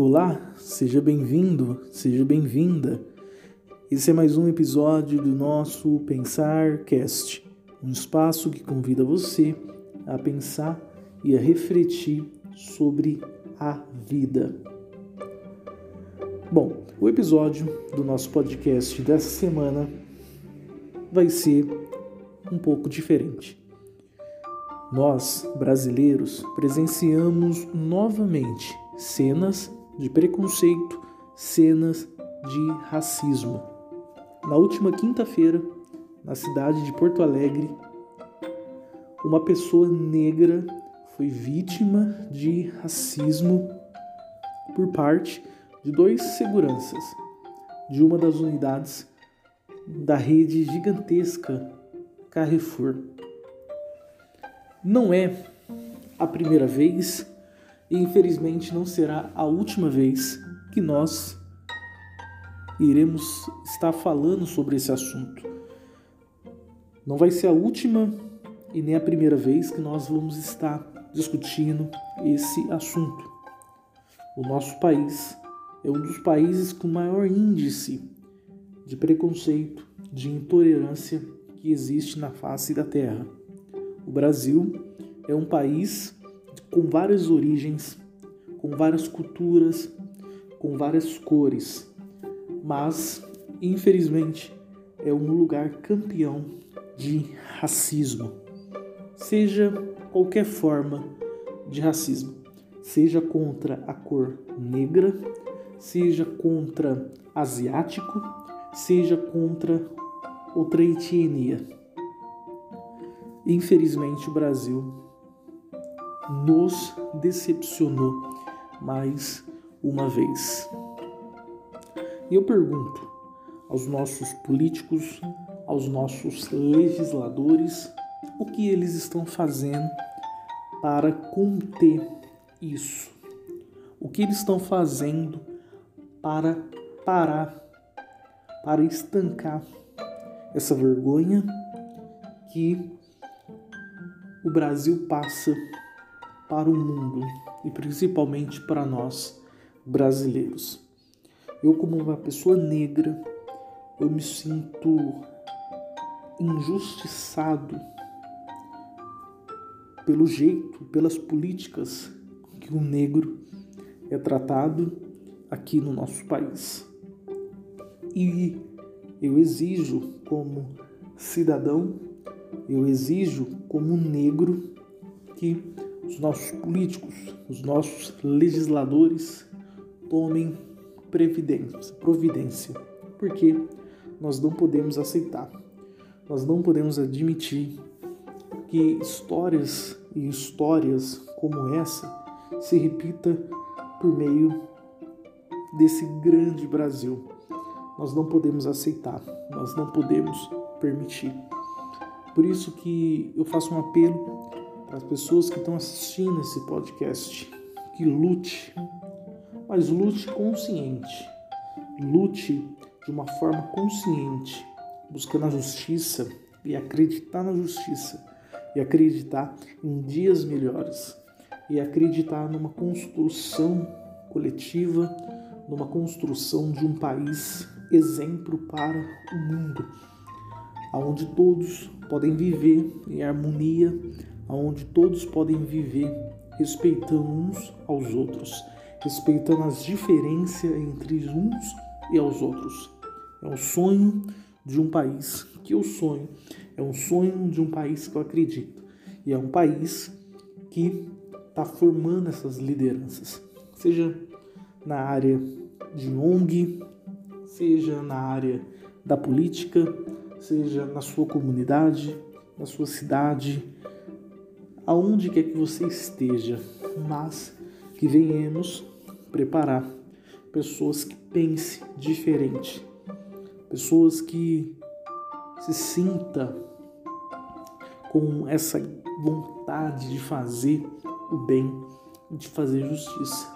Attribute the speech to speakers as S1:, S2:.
S1: Olá, seja bem-vindo, seja bem-vinda. Esse é mais um episódio do nosso Pensar Cast, um espaço que convida você a pensar e a refletir sobre a vida. Bom, o episódio do nosso podcast dessa semana vai ser um pouco diferente. Nós, brasileiros, presenciamos novamente cenas de preconceito, cenas de racismo. Na última quinta-feira, na cidade de Porto Alegre, uma pessoa negra foi vítima de racismo por parte de dois seguranças de uma das unidades da rede gigantesca Carrefour. Não é a primeira vez e infelizmente não será a última vez que nós iremos estar falando sobre esse assunto. Não vai ser a última e nem a primeira vez que nós vamos estar discutindo esse assunto. O nosso país é um dos países com maior índice de preconceito, de intolerância que existe na face da Terra. O Brasil é um país com várias origens, com várias culturas, com várias cores, mas, infelizmente, é um lugar campeão de racismo. Seja qualquer forma de racismo, seja contra a cor negra, seja contra asiático, seja contra outra etnia. Infelizmente, o Brasil nos decepcionou mais uma vez. E eu pergunto aos nossos políticos, aos nossos legisladores, o que eles estão fazendo para conter isso? O que eles estão fazendo para parar, para estancar essa vergonha que o Brasil passa para o mundo e principalmente para nós brasileiros. Eu, como uma pessoa negra, eu me sinto injustiçado pelo jeito, pelas políticas que o negro é tratado aqui no nosso país. E eu exijo como cidadão, eu exijo como negro que os nossos políticos, os nossos legisladores tomem providência, porque nós não podemos aceitar, nós não podemos admitir que histórias como essa se repita por meio desse grande Brasil. Nós não podemos aceitar, nós não podemos permitir. Por isso que eu faço um apelo para as pessoas que estão assistindo esse podcast, que lute, mas lute consciente, lute de uma forma consciente, buscando a justiça e acreditar na justiça, e acreditar em dias melhores, e acreditar numa construção coletiva, numa construção de um país exemplo para o mundo, onde todos podem viver em harmonia, onde todos podem viver respeitando uns aos outros, respeitando as diferenças entre uns e aos outros. É um sonho de um país que eu sonho, é um sonho de um país que eu acredito, e é um país que está formando essas lideranças, seja na área de ONG, seja na área da política, seja na sua comunidade, na sua cidade, aonde quer que você esteja, mas que venhamos preparar pessoas que pensem diferente, pessoas que se sintam com essa vontade de fazer o bem, de fazer justiça.